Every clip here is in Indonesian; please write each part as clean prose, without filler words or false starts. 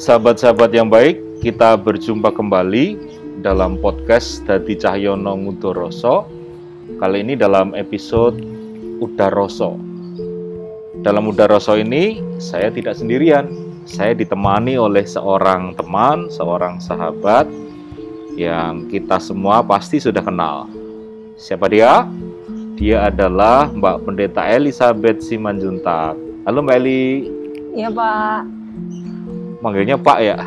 Sahabat-sahabat yang baik, kita berjumpa kembali dalam podcast Dadi Cahyono Ngudoroso. Kali ini dalam episode Udaroso. Dalam Udaroso ini, saya tidak sendirian. Saya ditemani oleh seorang teman, seorang sahabat yang kita semua pasti sudah kenal. Siapa dia? Dia adalah Mbak Pendeta Elizabeth Simanjuntak. Halo Mbak Eli. Iya Pak. Manggilnya Pak ya?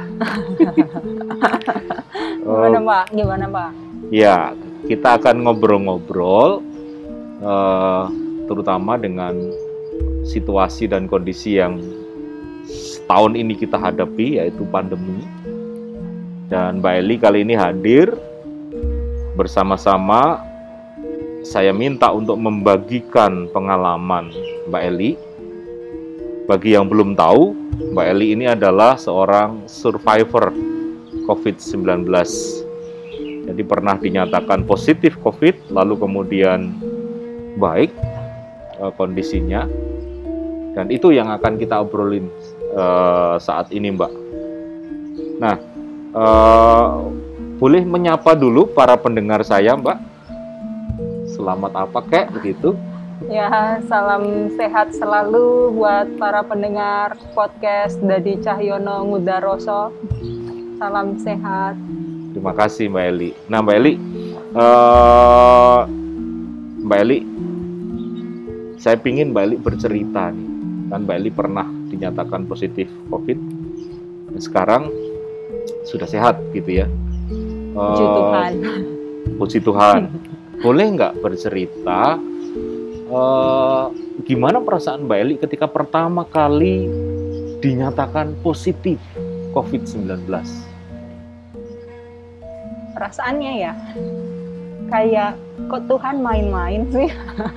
Gimana Pak? Ya, kita akan ngobrol-ngobrol terutama dengan situasi dan kondisi yang tahun ini kita hadapi, yaitu pandemi. Dan Mbak Eli kali ini hadir bersama-sama. Saya minta untuk membagikan pengalaman Mbak Eli. Bagi yang belum tahu, Mbak Eli ini adalah seorang survivor COVID-19. Jadi pernah dinyatakan positif COVID, lalu kemudian baik kondisinya. Dan itu yang akan kita obrolin saat ini, Mbak. Nah, boleh menyapa dulu para pendengar saya, Mbak? Selamat apa kek, begitu? Ya, salam sehat selalu buat para pendengar podcast Dadi Cahyono Ngudoroso. Salam sehat. Terima kasih Mbak Eli. Nah Mbak Eli, saya pingin Mbak Eli bercerita nih. Kan Mbak Eli pernah dinyatakan positif COVID. Dan sekarang sudah sehat gitu ya. Puji Tuhan. Puji Tuhan. Boleh nggak bercerita gimana perasaan Mbak Eli ketika pertama kali dinyatakan positif COVID-19? Perasaannya ya, kayak kok Tuhan main-main sih.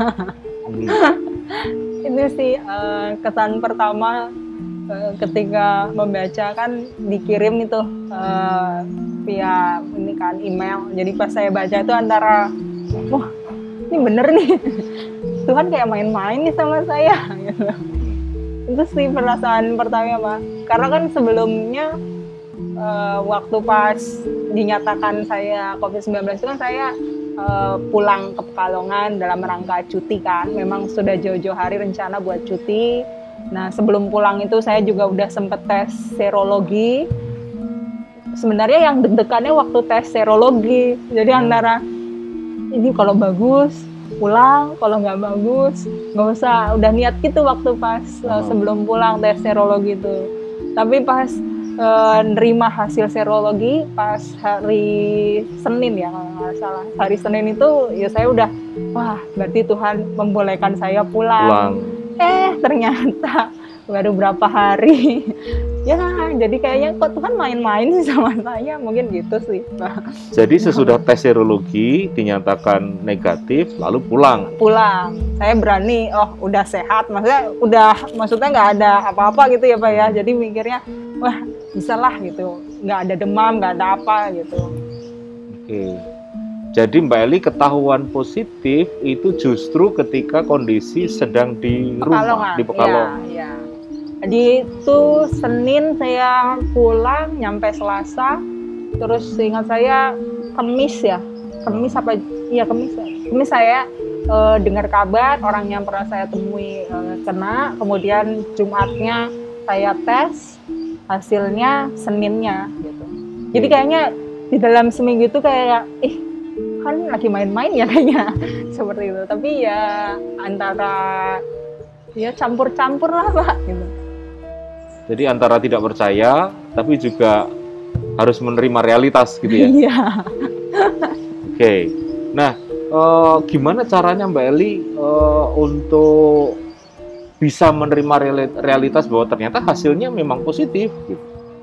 Itu sih kesan pertama ketika membaca, kan dikirim itu via ini kan email. Jadi pas saya baca itu antara, wah ini bener nih. Tuhan kayak main-main nih sama saya gitu. Itu sih perasaan pertama Pak. Karena kan sebelumnya waktu pas dinyatakan saya COVID-19 itu kan saya pulang ke Pekalongan dalam rangka cuti kan. Memang sudah jauh-jauh hari rencana buat cuti. Nah sebelum pulang itu saya juga udah sempet tes serologi. Sebenarnya yang deg-degannya waktu tes serologi. Jadi antara ini kalau bagus pulang, kalau nggak bagus nggak usah, udah niat gitu waktu pas sebelum pulang tes serologi itu. Tapi pas nerima hasil serologi pas hari Senin ya kalau nggak salah, hari Senin itu ya saya udah, wah berarti Tuhan membolehkan saya pulang. Ternyata baru berapa hari ya, jadi kayaknya kok Tuhan main-main sih sama saya, mungkin gitu sih. Jadi sesudah tes serologi dinyatakan negatif lalu pulang, saya berani, udah sehat, maksudnya nggak ada apa-apa gitu ya Pak ya. Jadi mikirnya wah bisa lah gitu, nggak ada demam, nggak ada apa gitu. Oke. Jadi Mbak Eli ketahuan positif itu justru ketika kondisi sedang di rumah, di Pekalongan. Iya. Jadi itu Senin saya pulang, nyampe Selasa, terus ingat saya Kamis saya dengar kabar orang yang pernah saya temui kena, kemudian Jumatnya saya tes, hasilnya Seninnya gitu. Jadi kayaknya di dalam seminggu itu kayak kan lagi main-main ya kayaknya seperti itu. Tapi ya antara ya campur-campur lah Pak gitu. Jadi antara tidak percaya, tapi juga harus menerima realitas gitu ya? Iya. Oke. Nah, gimana caranya Mbak Eli untuk bisa menerima realitas bahwa ternyata hasilnya memang positif gitu?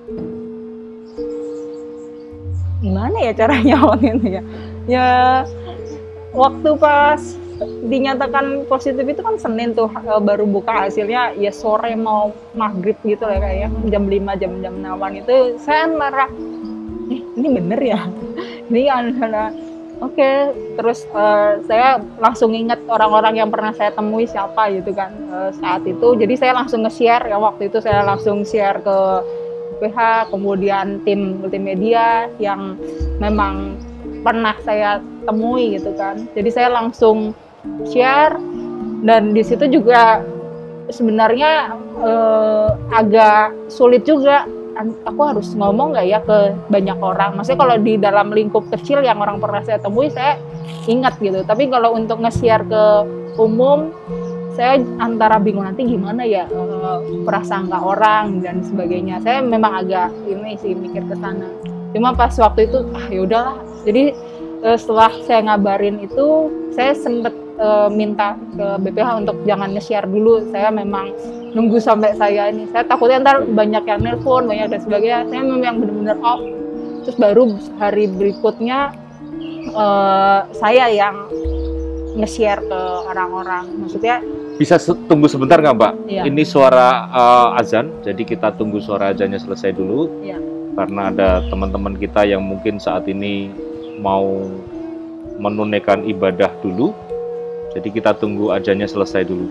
Gimana ya caranya waktu itu ya? Ya, waktu pas dinyatakan positif itu kan Senin tuh, baru buka hasilnya ya sore mau maghrib gitu lah kayaknya, jam 5 jam 6 itu saya marah, ini bener ya? Ini adalah oke. Terus saya langsung ingat orang-orang yang pernah saya temui siapa gitu kan saat itu. Jadi saya langsung nge-share ya, waktu itu saya langsung share ke BPH, kemudian tim multimedia yang memang pernah saya temui gitu kan. Jadi saya langsung share, dan di situ juga sebenarnya agak sulit juga. Aku harus ngomong nggak ya ke banyak orang. Maksudnya kalau di dalam lingkup kecil yang orang pernah saya temui, saya ingat gitu. Tapi kalau untuk nge-share ke umum, saya antara bingung nanti gimana ya prasangka orang dan sebagainya. Saya memang agak ini sih mikir ke sana. Cuma pas waktu itu ya udahlah. Jadi setelah saya ngabarin itu, saya sempet minta ke BPH untuk jangan nge-share dulu. Saya memang nunggu sampai saya ini. Saya takutnya ntar banyak yang nelpon, banyak dan sebagainya. Saya memang benar-benar off. Terus baru hari berikutnya saya yang nge-share ke orang-orang. Maksudnya bisa tunggu sebentar nggak Mbak? Iya. Ini suara azan, jadi kita tunggu suara azannya selesai dulu. Iya. Karena ada teman-teman kita yang mungkin saat ini mau menunaikan ibadah dulu. Jadi kita tunggu azannya selesai dulu.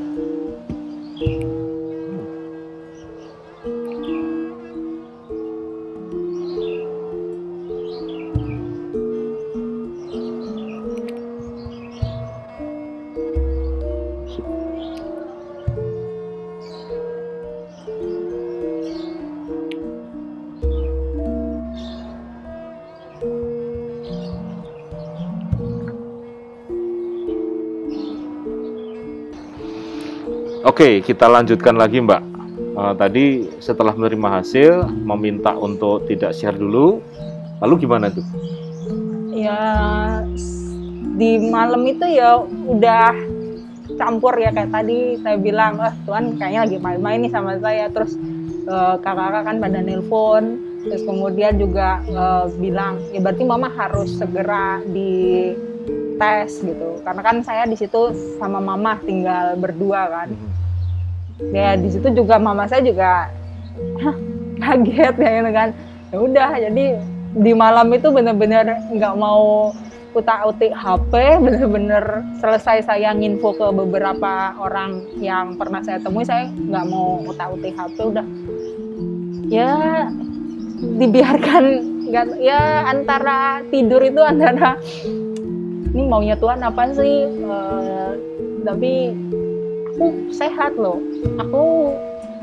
Oke, kita lanjutkan lagi Mbak. Tadi setelah menerima hasil, meminta untuk tidak share dulu, lalu gimana tuh? Ya di malam itu ya udah campur ya, kayak tadi saya bilang, Tuhan kayaknya lagi main-main nih sama saya. Terus kakak-kakak kan pada nelpon, terus kemudian juga bilang ya berarti mama harus segera di tes gitu, karena kan saya di situ sama mama tinggal berdua kan. Ya di situ juga mama saya juga kaget ya kan. Ya udah, jadi di malam itu benar-benar nggak mau utak-utik HP, benar-benar selesai saya nginfo ke beberapa orang yang pernah saya temui, saya nggak mau utak-utik HP, udah ya dibiarkan. Nggak, ya antara tidur itu antara ini maunya Tuhan apa sih, tapi aku sehat loh, aku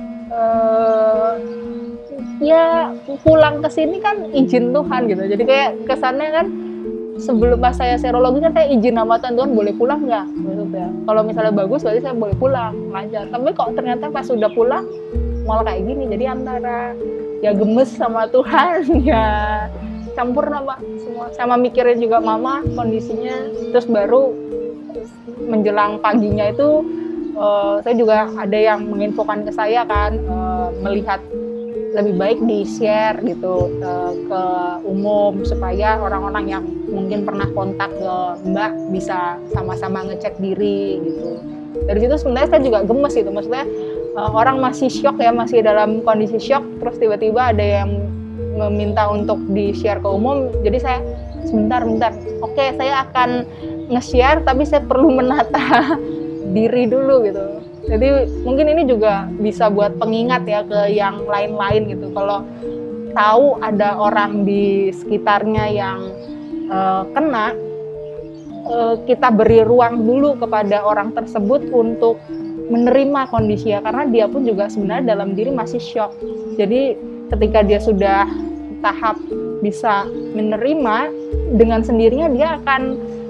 ya pulang ke sini kan izin Tuhan gitu. Jadi kayak kesannya kan sebelum pas saya serologi kan saya izin sama Tuhan boleh pulang nggak maksudnya. Kalau misalnya bagus berarti saya boleh pulang lancar. Tapi kok ternyata pas sudah pulang malah kayak gini. Jadi antara ya gemes sama Tuhan ya campur nama semua, sama mikirin juga mama kondisinya. Terus baru menjelang paginya itu saya juga ada yang menginfokan ke saya kan, melihat lebih baik di share gitu ke umum supaya orang-orang yang mungkin pernah kontak ke Mbak bisa sama-sama ngecek diri gitu. Dari situ sebenarnya saya juga gemes gitu, maksudnya orang masih shock ya, masih dalam kondisi shock, terus tiba-tiba ada yang meminta untuk di-share ke umum. Jadi saya sebentar, oke saya akan nge-share tapi saya perlu menata diri dulu gitu. Jadi mungkin ini juga bisa buat pengingat ya ke yang lain-lain gitu. Kalau tahu ada orang di sekitarnya yang kena, kita beri ruang dulu kepada orang tersebut untuk menerima kondisinya, karena dia pun juga sebenarnya dalam diri masih shock. Jadi ketika dia sudah tahap bisa menerima, dengan sendirinya dia akan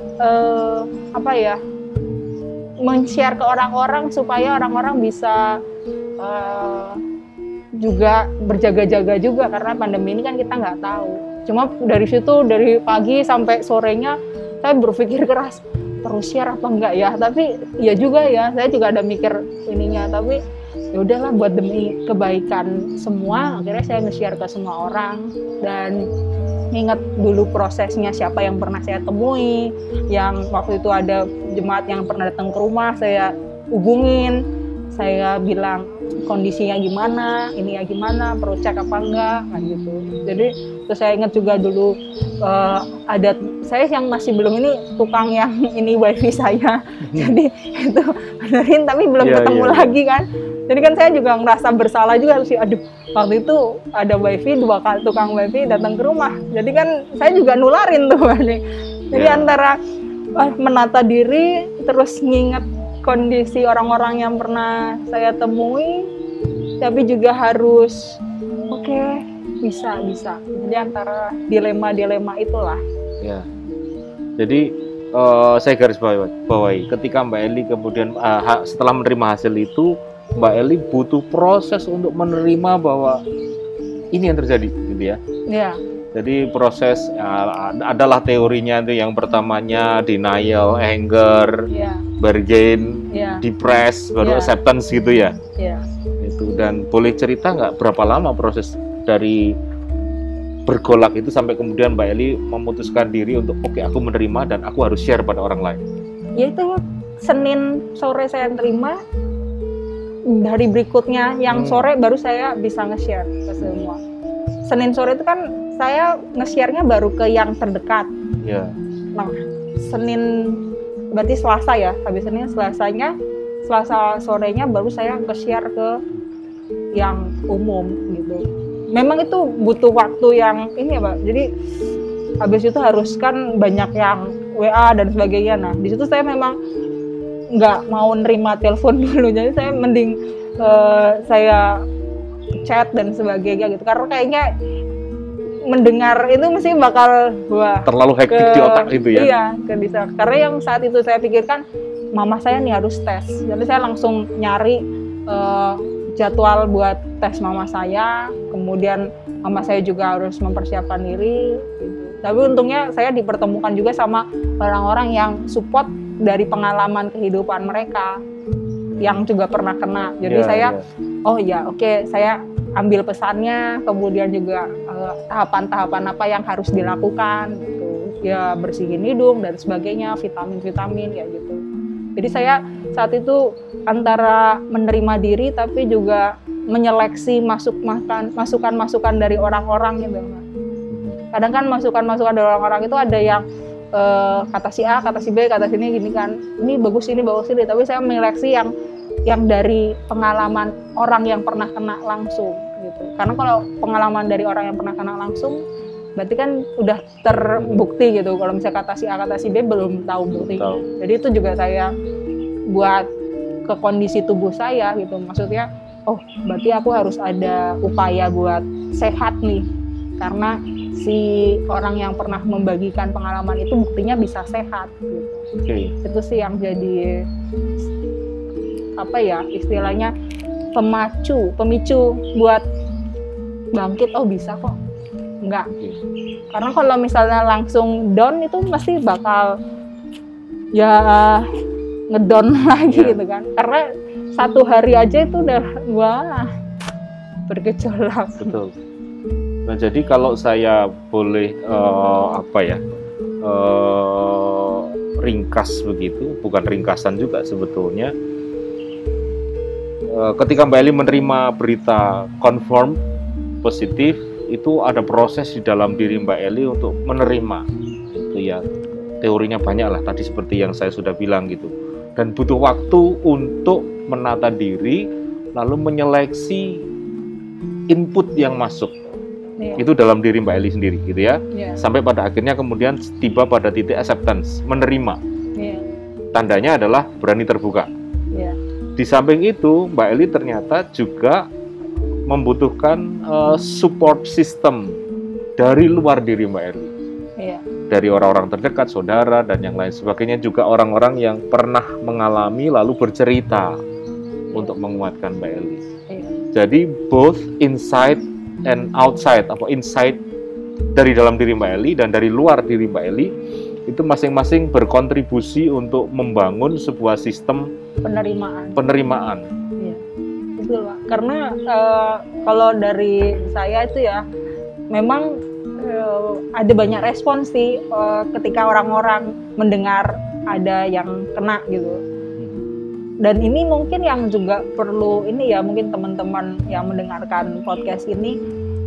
men-share ke orang-orang supaya orang-orang bisa juga berjaga-jaga juga, karena pandemi ini kan kita nggak tahu. Cuma dari situ, dari pagi sampai sorenya saya berpikir keras, terus share apa enggak ya, tapi ya juga ya, saya juga ada mikir ininya, tapi ya udahlah buat demi kebaikan semua, akhirnya saya nge-share ke semua orang. Dan ingat dulu prosesnya, siapa yang pernah saya temui, yang waktu itu ada jemaat yang pernah datang ke rumah, saya hubungin, saya bilang kondisinya gimana, ini ya gimana, perlu cek apa enggak, kan gitu. Jadi terus saya ingat juga dulu ada saya yang masih belum ini tukang yang ini wifi saya, jadi itu benerin tapi belum ketemu lagi kan. Jadi kan saya juga ngerasa bersalah juga sih, aduh waktu itu ada wifi, 2 kali tukang wifi datang ke rumah, jadi kan saya juga nularin tuh. Jadi antara menata diri terus nginget kondisi orang-orang yang pernah saya temui, tapi juga harus bisa. Jadi antara dilema itulah. Ya. Jadi saya garis bawahi ketika Mbak Eli kemudian setelah menerima hasil itu, Mbak Eli butuh proses untuk menerima bahwa ini yang terjadi, gitu ya. Iya. Jadi proses adalah teorinya itu yang pertamanya denial, anger, bargain, depress, baru acceptance gitu ya. Iya. Itu, dan boleh cerita nggak berapa lama proses dari bergolak itu sampai kemudian Mbak Eli memutuskan diri untuk aku menerima dan aku harus share pada orang lain. Ya itu Senin sore saya terima, hari berikutnya yang sore baru saya bisa nge-share ke semua. Senin sore itu kan saya nge-share-nya baru ke yang terdekat. Iya. Nah, Senin berarti Selasa ya, habis Senin Selasa sorenya baru saya nge-share ke yang umum gitu. Memang itu butuh waktu yang ini ya Pak. Jadi habis itu harus kan banyak yang WA dan sebagainya. Nah, di situ saya memang nggak mau nerima telepon dulu. Jadi saya mending saya chat dan sebagainya gitu. Karena kayaknya mendengar itu mesti bakal terlalu hektik di otak itu ya. Iya, bisa. Karena yang saat itu saya pikirkan mama saya nih harus tes. Jadi saya langsung nyari jadwal buat tes mama saya. Kemudian mama saya juga harus mempersiapkan diri gitu. Tapi untungnya saya dipertemukan juga sama orang-orang yang support dari pengalaman kehidupan mereka yang juga pernah kena. Jadi saya saya ambil pesannya, kemudian juga tahapan-tahapan apa yang harus dilakukan gitu. Ya bersihin hidung dan sebagainya, vitamin-vitamin ya gitu. Jadi saya saat itu antara menerima diri tapi juga menyeleksi masukan-masukan dari orang-orang gitu. Kadang kan masukan-masukan dari orang-orang itu ada yang kata si A, kata si B, kata sini gini kan. Ini bagus ini, tapi saya menyeleksi yang dari pengalaman orang yang pernah kena langsung gitu. Karena kalau pengalaman dari orang yang pernah kena langsung berarti kan udah terbukti gitu. Kalau misalnya kata si A, kata si B belum tahu buktinya. Jadi itu juga saya buat ke kondisi tubuh saya gitu. Maksudnya, berarti aku harus ada upaya buat sehat nih. Karena si orang yang pernah membagikan pengalaman itu buktinya bisa sehat gitu. Itu sih yang jadi istilahnya pemicu buat bangkit. Bisa kok. Enggak. Karena kalau misalnya langsung down itu pasti bakal ngedown lagi gitu kan. Karena 1 hari aja itu udah bergejolak. Betul. Nah, jadi kalau saya boleh ringkas begitu, bukan ringkasan juga sebetulnya. Ketika Mbak Eli menerima berita confirm positif, itu ada proses di dalam diri Mbak Eli untuk menerima. Itu ya, teorinya banyak lah tadi seperti yang saya sudah bilang gitu. Dan butuh waktu untuk menata diri, lalu menyeleksi input yang masuk. Itu dalam diri Mbak Eli sendiri gitu ya. Sampai pada akhirnya kemudian tiba pada titik acceptance, menerima. Tandanya adalah berani terbuka. Di samping itu, Mbak Eli ternyata juga membutuhkan support system dari luar diri Mbak Eli. Dari orang-orang terdekat, saudara, dan yang lain sebagainya, juga orang-orang yang pernah mengalami lalu bercerita untuk menguatkan Mbak Eli. Jadi both inside and outside, inside dari dalam diri Mbak Eli dan dari luar diri Mbak Eli, itu masing-masing berkontribusi untuk membangun sebuah sistem penerimaan. Iya, betul Pak. Karena kalau dari saya itu ya, memang ada banyak respons sih ketika orang-orang mendengar ada yang kena gitu. Dan ini mungkin yang juga perlu ini ya, mungkin teman-teman yang mendengarkan podcast ini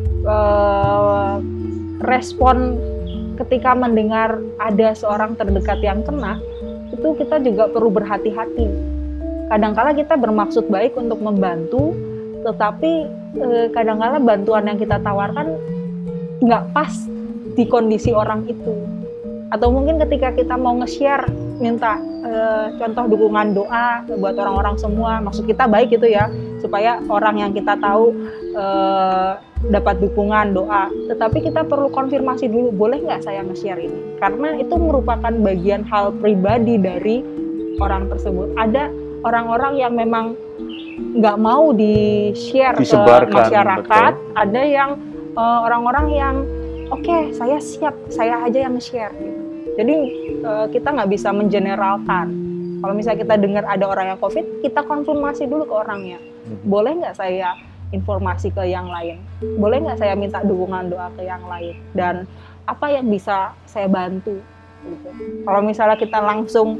respon ketika mendengar ada seorang terdekat yang kena, itu kita juga perlu berhati-hati. Kadang-kala kita bermaksud baik untuk membantu, tetapi kadang-kala bantuan yang kita tawarkan nggak pas di kondisi orang itu. Atau mungkin ketika kita mau nge-share, minta contoh dukungan doa buat orang-orang semua, maksud kita baik itu ya, supaya orang yang kita tahu dapat dukungan doa. Tetapi kita perlu konfirmasi dulu, boleh nggak saya nge-share ini? Karena itu merupakan bagian hal pribadi dari orang tersebut. Ada orang-orang yang memang nggak mau di-share ke masyarakat, betul. Ada yang orang-orang yang oke, saya siap, saya aja yang nge-share gitu. Jadi kita nggak bisa mengeneralkan. Kalau misalnya kita dengar ada orang yang COVID, kita konfirmasi dulu ke orangnya. Boleh nggak saya informasi ke yang lain? Boleh nggak saya minta dukungan doa ke yang lain? Dan apa yang bisa saya bantu? Gitu. Kalau misalnya kita langsung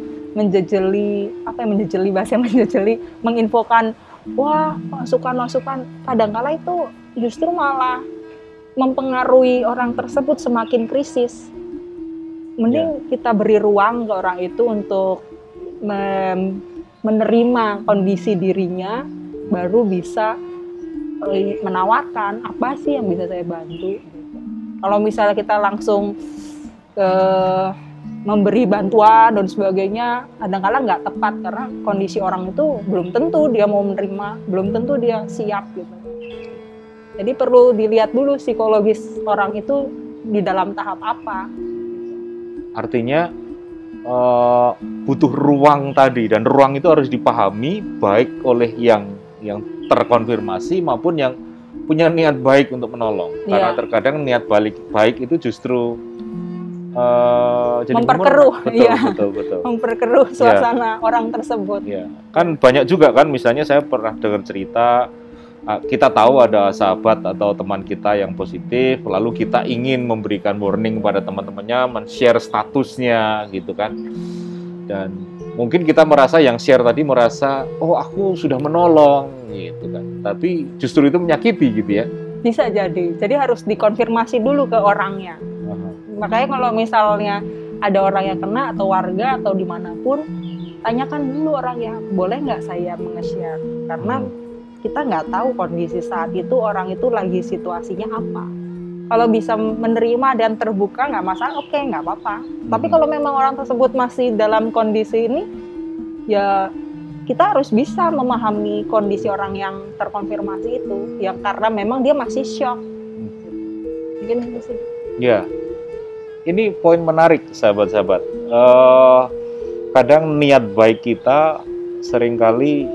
menginfokan, wah masukan-masukan, kadang-kala itu justru malah mempengaruhi orang tersebut semakin krisis. Mending kita beri ruang ke orang itu untuk menerima kondisi dirinya, baru bisa menawarkan apa sih yang bisa saya bantu. Kalau misalnya kita langsung memberi bantuan dan sebagainya, kadang-kadang nggak tepat karena kondisi orang itu belum tentu dia mau menerima, belum tentu dia siap gitu. Jadi perlu dilihat dulu psikologis orang itu di dalam tahap apa. Artinya butuh ruang tadi, dan ruang itu harus dipahami baik oleh yang terkonfirmasi maupun yang punya niat baik untuk menolong. Karena terkadang niat baik itu justru jadi memperkeruh, betul. Memperkeruh suasana orang tersebut. Ya. Kan banyak juga kan, misalnya saya pernah dengar cerita, kita tahu ada sahabat atau teman kita yang positif, lalu kita ingin memberikan warning kepada teman-temannya, men-share statusnya gitu kan. Dan mungkin kita merasa, yang share tadi merasa, oh aku sudah menolong gitu kan. Tapi justru itu menyakiti gitu ya. Bisa jadi harus dikonfirmasi dulu ke orangnya. Makanya kalau misalnya ada orang yang kena atau warga atau dimanapun, tanyakan dulu orangnya, boleh nggak saya nge-share? Karena kita nggak tahu kondisi saat itu orang itu lagi situasinya apa. Kalau bisa menerima dan terbuka nggak masalah, oke, nggak apa-apa. Tapi kalau memang orang tersebut masih dalam kondisi ini, ya kita harus bisa memahami kondisi orang yang terkonfirmasi itu, yang karena memang dia masih shock. Mungkin itu sih. Ya, ini poin menarik sahabat-sahabat. Kadang niat baik kita seringkali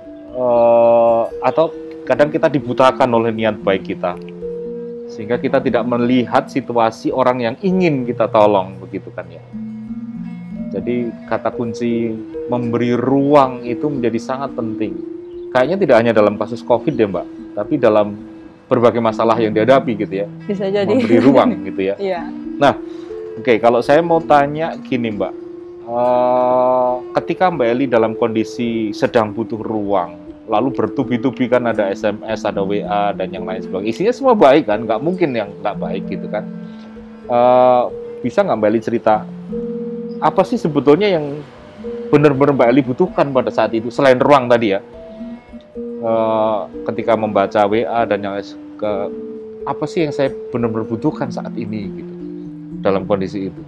atau kadang kita dibutakan oleh niat baik kita, sehingga kita tidak melihat situasi orang yang ingin kita tolong, begitu kan ya. Jadi kata kunci memberi ruang itu menjadi sangat penting. Kayaknya tidak hanya dalam kasus COVID ya Mbak, tapi dalam berbagai masalah yang dihadapi gitu ya. Bisa jadi. Memberi ruang gitu ya. Iya. Nah, oke, kalau saya mau tanya gini Mbak, ketika Mbak Eli dalam kondisi sedang butuh ruang, lalu bertubi-tubi kan, ada SMS, ada WA, dan yang lain sebagainya. Isinya semua baik kan, nggak mungkin yang nggak baik gitu kan. Bisa nggak Mbak Eli cerita, apa sih sebetulnya yang benar-benar Mbak Eli butuhkan pada saat itu, selain ruang tadi ya? Ketika membaca WA dan yang lain, apa sih yang saya benar-benar butuhkan saat ini gitu, dalam kondisi itu?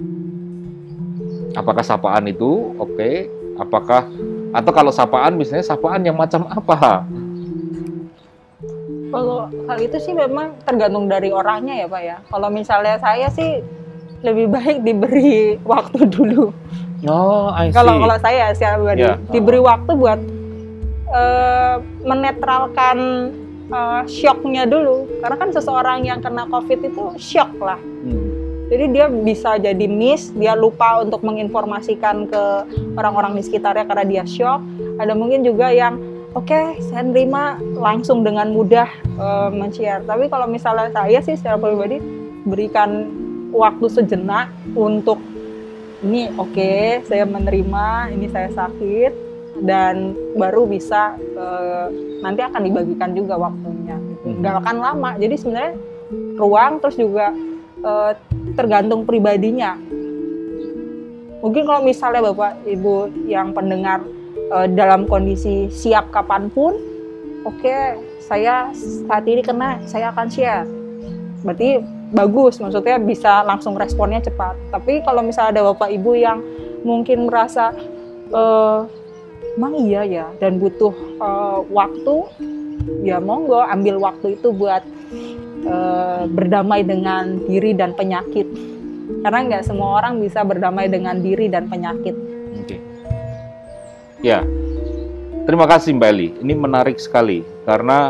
Apakah sapaan itu? Oke. Apakah, atau kalau sapaan misalnya sapaan yang macam apa? Kalau hal itu sih memang tergantung dari orangnya ya Pak ya. Kalau misalnya saya sih lebih baik diberi waktu dulu. Oh, I see. Kalau saya secara pribadi diberi waktu buat menetralkan shocknya dulu. Karena kan seseorang yang kena COVID itu shock lah. Jadi dia bisa jadi miss, dia lupa untuk menginformasikan ke orang-orang di sekitarnya karena dia shock. Ada mungkin juga yang oke, saya nerima langsung dengan mudah men-share. Tapi kalau misalnya saya sih secara pribadi berikan waktu sejenak untuk ini oke, saya menerima, ini saya sakit, dan baru bisa nanti akan dibagikan juga waktunya gitu. Nggak akan lama, jadi sebenarnya ruang terus juga tergantung pribadinya. Mungkin kalau misalnya Bapak Ibu yang pendengar dalam kondisi siap kapanpun, oke, saya saat ini kena, saya akan share. Berarti bagus, maksudnya bisa langsung responnya cepat. Tapi kalau misalnya ada Bapak Ibu yang mungkin merasa emang iya ya dan butuh waktu, ya monggo ambil waktu itu buat berdamai dengan diri dan penyakit. Karena nggak semua orang bisa berdamai dengan diri dan penyakit. Oke. Ya, terima kasih Mbak Eli. Ini menarik sekali karena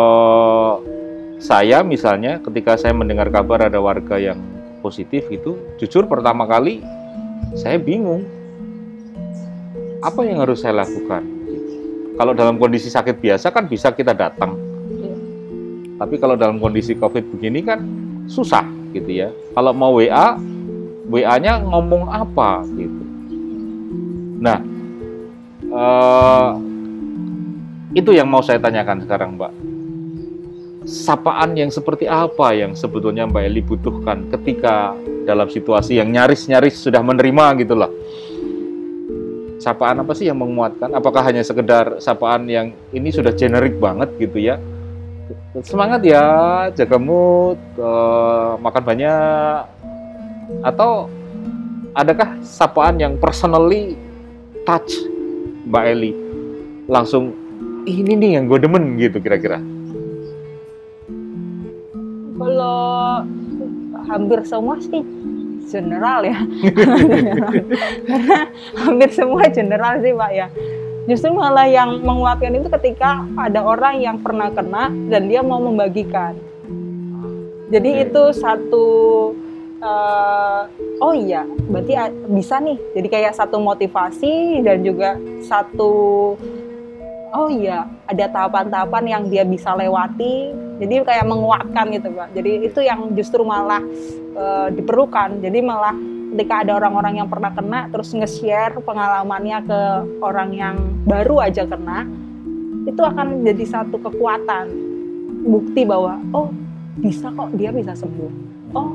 saya misalnya ketika saya mendengar kabar ada warga yang positif itu, jujur pertama kali saya bingung. Apa yang harus saya lakukan? Kalau dalam kondisi sakit biasa kan bisa kita datang. Tapi kalau dalam kondisi COVID begini kan susah gitu ya. Kalau mau WA-nya ngomong apa gitu. Nah, itu yang mau saya tanyakan sekarang, Mbak. Sapaan yang seperti apa yang sebetulnya Mbak Eli butuhkan ketika dalam situasi yang nyaris-nyaris sudah menerima gitu lah. Sapaan apa sih yang menguatkan? Apakah hanya sekedar sapaan yang ini sudah generik banget gitu ya? Semangat ya, jaga mood, makan banyak. Atau adakah sapaan yang personally touch Mbak Eli? Langsung, ini nih yang gue demen gitu kira-kira. Kalau hampir semua sih general ya. Karena hampir semua general sih Pak ya. Justru malah yang menguatkan itu ketika ada orang yang pernah kena dan dia mau membagikan. Jadi itu satu, oh iya, berarti bisa nih. Jadi kayak satu motivasi dan juga satu, oh iya, ada tahapan-tahapan yang dia bisa lewati. Jadi kayak menguatkan gitu Pak. Jadi itu yang justru malah diperlukan. Jadi malah ketika ada orang-orang yang pernah kena terus nge-share pengalamannya ke orang yang baru aja kena, itu akan jadi satu kekuatan, bukti bahwa oh bisa kok, dia bisa sembuh. Oh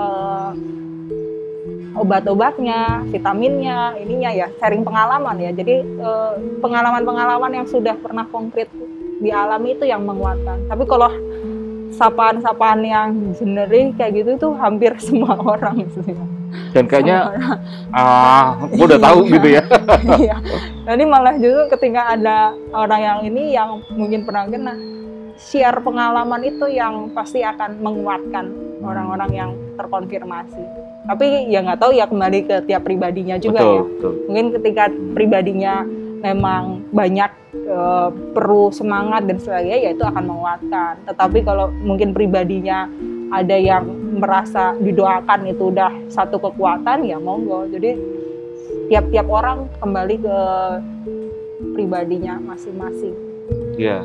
obat-obatnya, vitaminnya, ininya ya, sharing pengalaman ya. Jadi pengalaman-pengalaman yang sudah pernah konkret dialami itu yang menguatkan. Tapi kalau sapaan-sapaan yang generik kayak gitu tuh hampir semua orang sih. Dan kayaknya gue udah tahu gitu ya. Iya. Jadi malah justru ketika ada orang yang ini yang mungkin pernah kena, share pengalaman itu yang pasti akan menguatkan orang-orang yang terkonfirmasi. Tapi ya nggak tahu ya, kembali ke tiap pribadinya juga. Betul, ya. Betul. Mungkin ketika pribadinya memang banyak perlu semangat dan sebagainya, ya itu akan menguatkan. Tetapi kalau mungkin pribadinya ada yang merasa didoakan itu udah satu kekuatan, ya monggo. Jadi tiap-tiap orang kembali ke pribadinya masing-masing. Iya.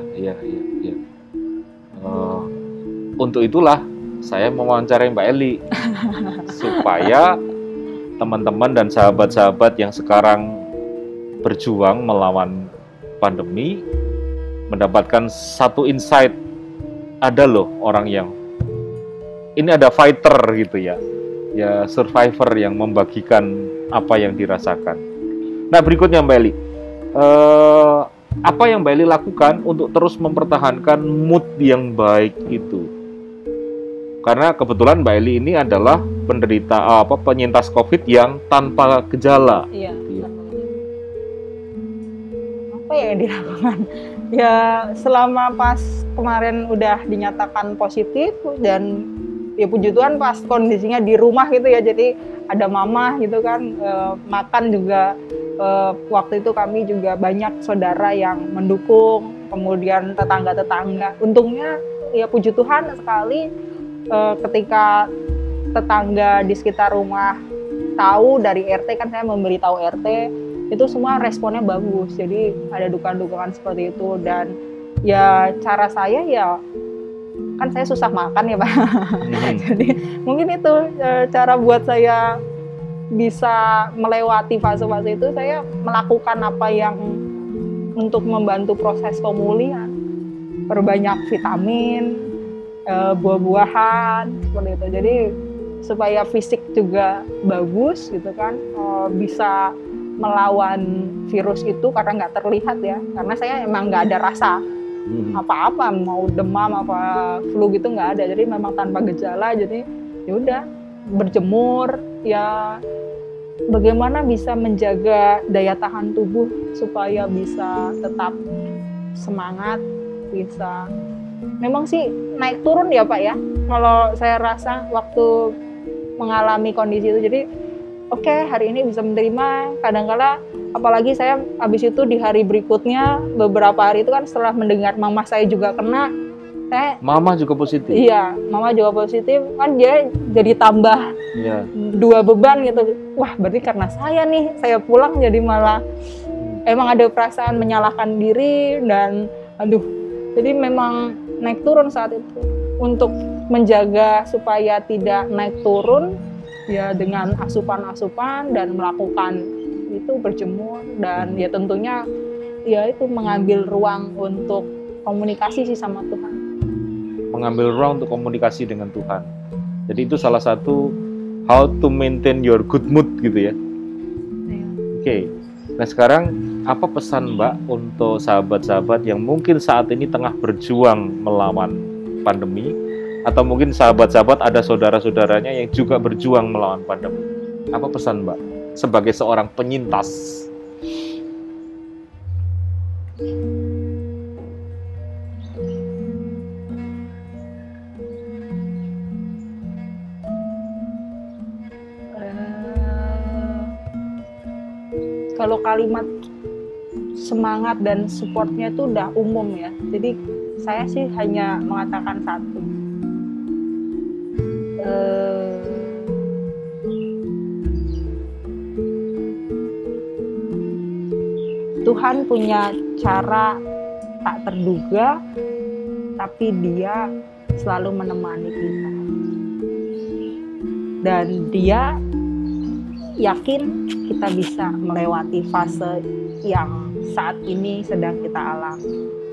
Untuk itulah saya mewawancarai Mbak Eli supaya teman-teman dan sahabat-sahabat yang sekarang berjuang melawan pandemi mendapatkan satu insight, ada loh orang yang ini, ada fighter gitu ya survivor yang membagikan apa yang dirasakan. Nah berikutnya Mbak Eli, apa yang Mbak Eli lakukan untuk terus mempertahankan mood yang baik itu? Karena kebetulan Mbak Eli ini adalah penderita penyintas COVID yang tanpa gejala. Iya. Apa yang dilakukan? Ya selama pas kemarin udah dinyatakan positif dan ya puji Tuhan pas kondisinya di rumah gitu ya, jadi ada mama gitu kan, makan juga waktu itu kami juga banyak saudara yang mendukung, kemudian tetangga-tetangga. Untungnya ya puji Tuhan sekali ketika tetangga di sekitar rumah tahu dari RT, kan saya memberitahu RT, itu semua responnya bagus. Jadi ada dukungan-dukungan seperti itu. Dan ya cara saya ya, kan saya susah makan ya Pak. Jadi mungkin itu cara buat saya bisa melewati fase-fase itu, saya melakukan apa yang untuk membantu proses pemulihan. Perbanyak vitamin, buah-buahan seperti itu. Jadi supaya fisik juga bagus gitu kan, bisa melawan virus itu karena nggak terlihat ya. Karena saya emang nggak ada rasa apa-apa, mau demam apa flu gitu nggak ada. Jadi memang tanpa gejala. Jadi ya udah berjemur ya. Bagaimana bisa menjaga daya tahan tubuh supaya bisa tetap semangat, bisa memang sih naik turun ya Pak ya. Kalau saya rasa waktu mengalami kondisi itu, jadi oke, hari ini bisa menerima. Kadang-kala apalagi saya habis itu di hari berikutnya beberapa hari itu kan setelah mendengar mama saya juga kena, Mama juga positif? Iya, mama juga positif, kan dia jadi tambah dua beban gitu. Wah, berarti karena saya nih, saya pulang jadi malah emang ada perasaan menyalahkan diri dan aduh. Jadi memang naik turun saat itu. Untuk menjaga supaya tidak naik turun, ya dengan asupan-asupan dan melakukan itu berjemur dan ya tentunya ya itu mengambil ruang untuk komunikasi sih sama Tuhan. Mengambil ruang untuk komunikasi dengan Tuhan. Jadi itu salah satu how to maintain your good mood gitu ya. Oke. Nah sekarang apa pesan Mbak untuk sahabat-sahabat yang mungkin saat ini tengah berjuang melawan pandemi, atau mungkin sahabat-sahabat ada saudara-saudaranya yang juga berjuang melawan pandemi? Apa pesan Mbak sebagai seorang penyintas? Kalau kalimat semangat dan supportnya itu udah umum ya. Jadi saya sih hanya mengatakan satu. Tuhan punya cara tak terduga, tapi Dia selalu menemani kita. Dan Dia yakin kita bisa melewati fase yang saat ini sedang kita alami.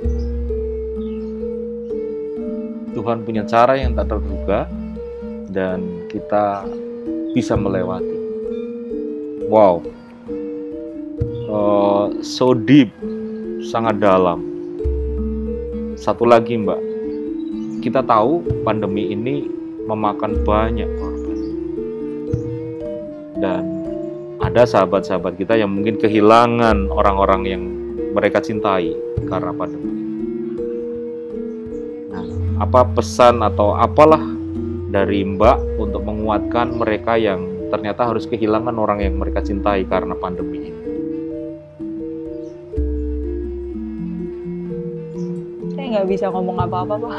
Tuhan punya cara yang tak terduga dan kita bisa melewati. Wow, so deep, sangat dalam. Satu lagi Mbak, kita tahu pandemi ini memakan banyak korban. Dan ada sahabat-sahabat kita yang mungkin kehilangan orang-orang yang mereka cintai karena pandemi. Nah, apa pesan atau apalah dari Mbak untuk menguatkan mereka yang ternyata harus kehilangan orang yang mereka cintai karena pandemi ini? Saya nggak bisa ngomong apa-apa, Pak.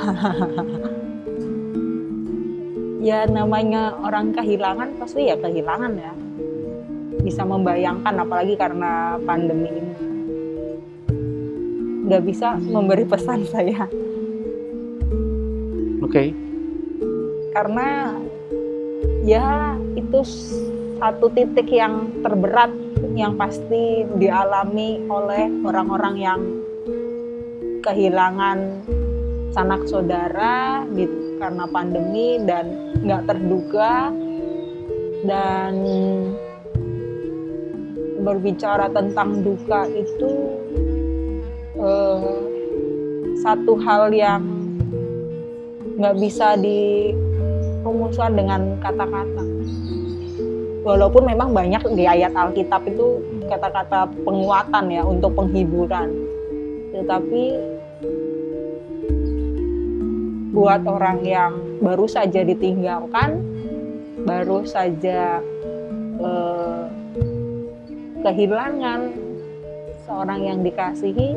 Ya namanya orang kehilangan pasti ya kehilangan ya. Bisa membayangkan apalagi karena pandemi ini. Nggak bisa memberi pesan saya. Oke. Karena ya itu satu titik yang terberat yang pasti dialami oleh orang-orang yang kehilangan sanak saudara karena pandemi dan nggak terduga. Dan berbicara tentang duka itu satu hal yang nggak bisa dirumuskan dengan kata-kata. Walaupun memang banyak di ayat Alkitab itu kata-kata penguatan ya untuk penghiburan, tetapi buat orang yang baru saja ditinggalkan, baru saja kehilangan seorang yang dikasihi,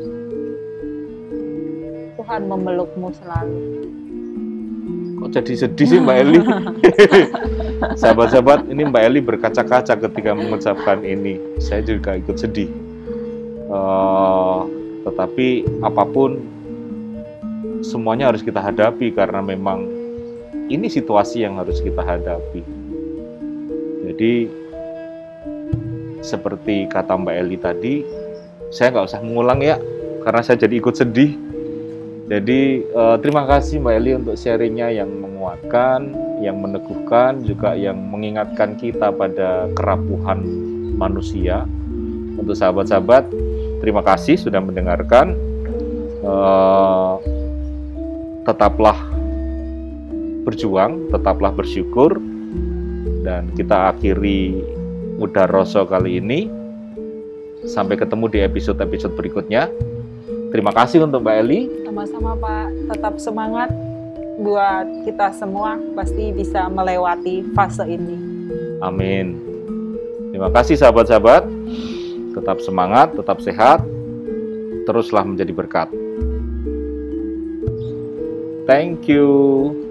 Tuhan memelukmu selalu. Kok jadi sedih sih Mbak Eli? Sahabat-sahabat, ini Mbak Eli berkaca-kaca ketika mengucapkan ini. Saya juga ikut sedih. Tetapi apapun, semuanya harus kita hadapi karena memang ini situasi yang harus kita hadapi. Jadi seperti kata Mbak Eli tadi, saya nggak usah mengulang ya, karena saya jadi ikut sedih. Jadi terima kasih Mbak Eli untuk sharingnya yang menguatkan, yang meneguhkan, juga yang mengingatkan kita pada kerapuhan manusia. Untuk sahabat-sahabat, terima kasih sudah mendengarkan. Tetaplah berjuang, tetaplah bersyukur, dan kita akhiri Udah Roso kali ini. Sampai ketemu di episode-episode berikutnya. Terima kasih untuk Mbak Eli. Sama-sama Pak, tetap semangat buat kita semua, pasti bisa melewati fase ini. Amin. Terima kasih sahabat-sahabat. Tetap semangat, tetap sehat, teruslah menjadi berkat. Thank you.